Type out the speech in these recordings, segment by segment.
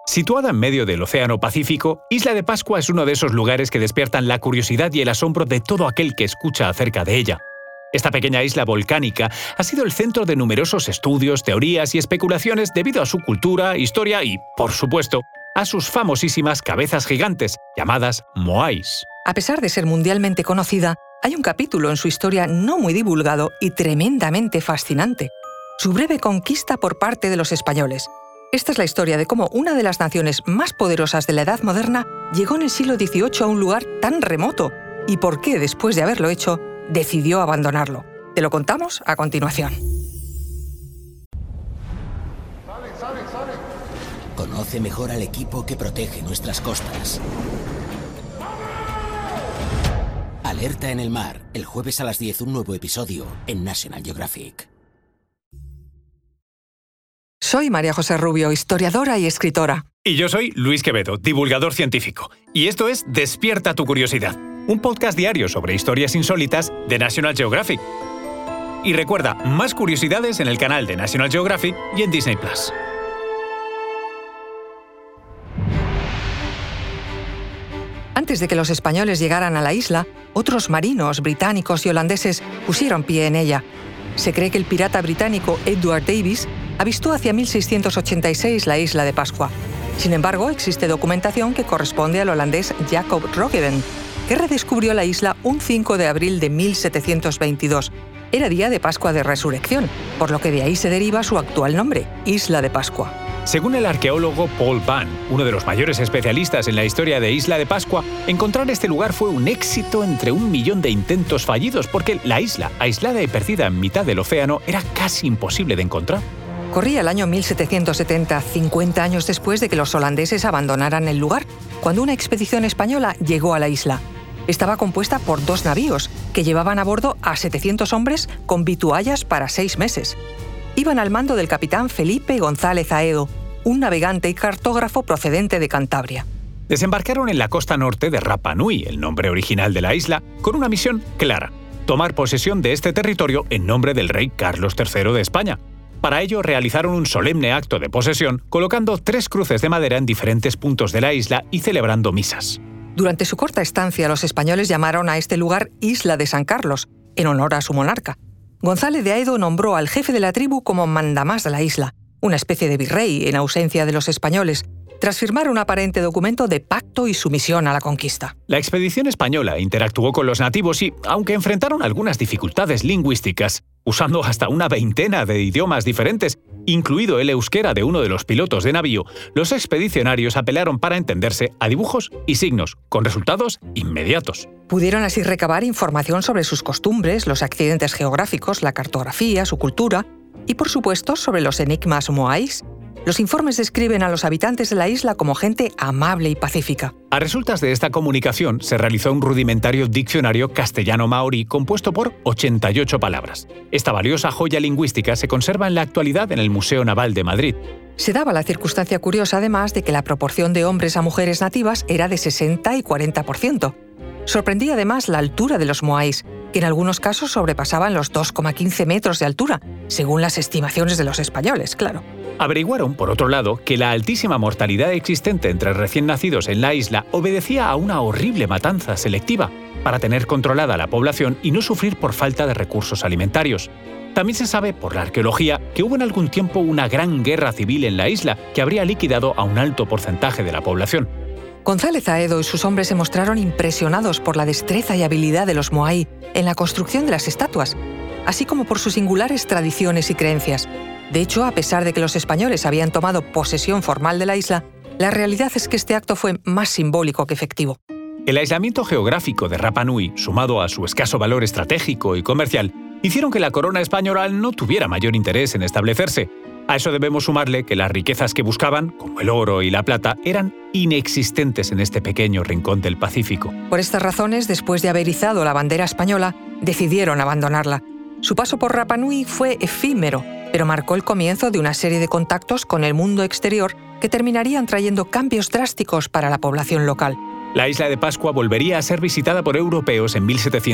Situada en medio del Océano Pacífico, Isla de Pascua es uno de esos lugares que despiertan la curiosidad y el asombro de todo aquel que escucha acerca de ella. Esta pequeña isla volcánica ha sido el centro de numerosos estudios, teorías y especulaciones debido a su cultura, historia y, por supuesto, a sus famosísimas cabezas gigantes, llamadas moais. A pesar de ser mundialmente conocida, hay un capítulo en su historia no muy divulgado y tremendamente fascinante: su breve conquista por parte de los españoles. Esta es la historia de cómo una de las naciones más poderosas de la Edad Moderna llegó en el siglo XVIII a un lugar tan remoto y por qué, después de haberlo hecho, decidió abandonarlo. Te lo contamos a continuación. Conoce mejor al equipo que protege nuestras costas. Alerta en el mar. El jueves a las 10, un nuevo episodio en National Geographic. Soy María José Rubio, historiadora y escritora. Y yo soy Luis Quevedo, divulgador científico. Y esto es Despierta tu curiosidad, un podcast diario sobre historias insólitas de National Geographic. Y recuerda, más curiosidades en el canal de National Geographic y en Disney+. Antes de que los españoles llegaran a la isla, otros marinos británicos y holandeses pusieron pie en ella. Se cree que el pirata británico Edward Davis avistó hacia 1686 la isla de Pascua. Sin embargo, existe documentación que corresponde al holandés Jacob Roggeveen, que redescubrió la isla un 5 de abril de 1722. Era día de Pascua de Resurrección, por lo que de ahí se deriva su actual nombre, Isla de Pascua. Según el arqueólogo Paul Van, uno de los mayores especialistas en la historia de Isla de Pascua, encontrar este lugar fue un éxito entre 1 millón de intentos fallidos porque la isla, aislada y perdida en mitad del océano, era casi imposible de encontrar. Corría el año 1770, 50 años después de que los holandeses abandonaran el lugar, cuando una expedición española llegó a la isla. Estaba compuesta por 2 navíos, que llevaban a bordo a 700 hombres con vituallas para 6 meses. Iban al mando del capitán Felipe González Aedo, un navegante y cartógrafo procedente de Cantabria. Desembarcaron en la costa norte de Rapa Nui, el nombre original de la isla, con una misión clara: tomar posesión de este territorio en nombre del rey Carlos III de España. Para ello realizaron un solemne acto de posesión, colocando 3 cruces de madera en diferentes puntos de la isla y celebrando misas. Durante su corta estancia, los españoles llamaron a este lugar Isla de San Carlos, en honor a su monarca. González de Aedo nombró al jefe de la tribu como mandamás de la isla, una especie de virrey en ausencia de los españoles, tras firmar un aparente documento de pacto y sumisión a la conquista. La expedición española interactuó con los nativos y, aunque enfrentaron algunas dificultades lingüísticas, usando hasta una veintena de idiomas diferentes, incluido el euskera de uno de los pilotos de navío, los expedicionarios apelaron para entenderse a dibujos y signos, con resultados inmediatos. Pudieron así recabar información sobre sus costumbres, los accidentes geográficos, la cartografía, su cultura y, por supuesto, sobre los enigmas moais. Los informes describen a los habitantes de la isla como gente amable y pacífica. A resultas de esta comunicación se realizó un rudimentario diccionario castellano-maorí compuesto por 88 palabras. Esta valiosa joya lingüística se conserva en la actualidad en el Museo Naval de Madrid. Se daba la circunstancia curiosa, además, de que la proporción de hombres a mujeres nativas era de 60 y 40%. Sorprendía además la altura de los moais, que en algunos casos sobrepasaban los 2,15 metros de altura, según las estimaciones de los españoles, claro. Averiguaron, por otro lado, que la altísima mortalidad existente entre recién nacidos en la isla obedecía a una horrible matanza selectiva para tener controlada la población y no sufrir por falta de recursos alimentarios. También se sabe, por la arqueología, que hubo en algún tiempo una gran guerra civil en la isla que habría liquidado a un alto porcentaje de la población. González Aedo y sus hombres se mostraron impresionados por la destreza y habilidad de los moai en la construcción de las estatuas, así como por sus singulares tradiciones y creencias. De hecho, a pesar de que los españoles habían tomado posesión formal de la isla, la realidad es que este acto fue más simbólico que efectivo. El aislamiento geográfico de Rapa Nui, sumado a su escaso valor estratégico y comercial, hicieron que la corona española no tuviera mayor interés en establecerse. A eso debemos sumarle que las riquezas que buscaban, como el oro y la plata, eran inexistentes en este pequeño rincón del Pacífico. Por estas razones, después de haber izado la bandera española, decidieron abandonarla. Su paso por Rapa Nui fue efímero, pero marcó el comienzo de una serie de contactos con el mundo exterior que terminarían trayendo cambios drásticos para la población local. La isla de Pascua volvería a ser visitada por europeos en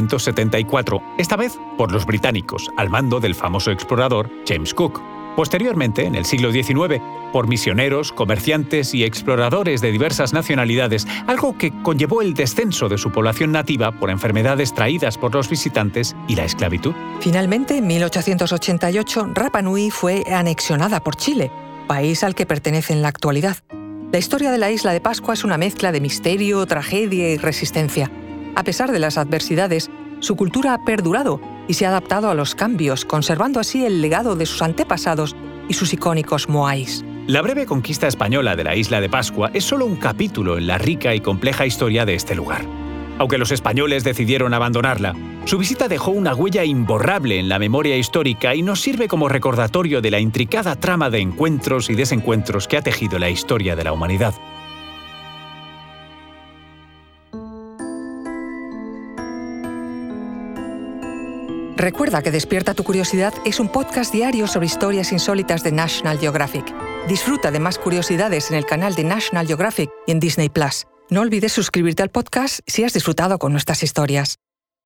1774, esta vez por los británicos, al mando del famoso explorador James Cook. Posteriormente, en el siglo XIX, por misioneros, comerciantes y exploradores de diversas nacionalidades, algo que conllevó el descenso de su población nativa por enfermedades traídas por los visitantes y la esclavitud. Finalmente, en 1888, Rapa Nui fue anexionada por Chile, país al que pertenece en la actualidad. La historia de la isla de Pascua es una mezcla de misterio, tragedia y resistencia. A pesar de las adversidades, su cultura ha perdurado y se ha adaptado a los cambios, conservando así el legado de sus antepasados y sus icónicos moais. La breve conquista española de la isla de Pascua es solo un capítulo en la rica y compleja historia de este lugar. Aunque los españoles decidieron abandonarla, su visita dejó una huella imborrable en la memoria histórica y nos sirve como recordatorio de la intricada trama de encuentros y desencuentros que ha tejido la historia de la humanidad. Recuerda que Despierta tu Curiosidad es un podcast diario sobre historias insólitas de National Geographic. Disfruta de más curiosidades en el canal de National Geographic y en Disney+. No olvides suscribirte al podcast si has disfrutado con nuestras historias.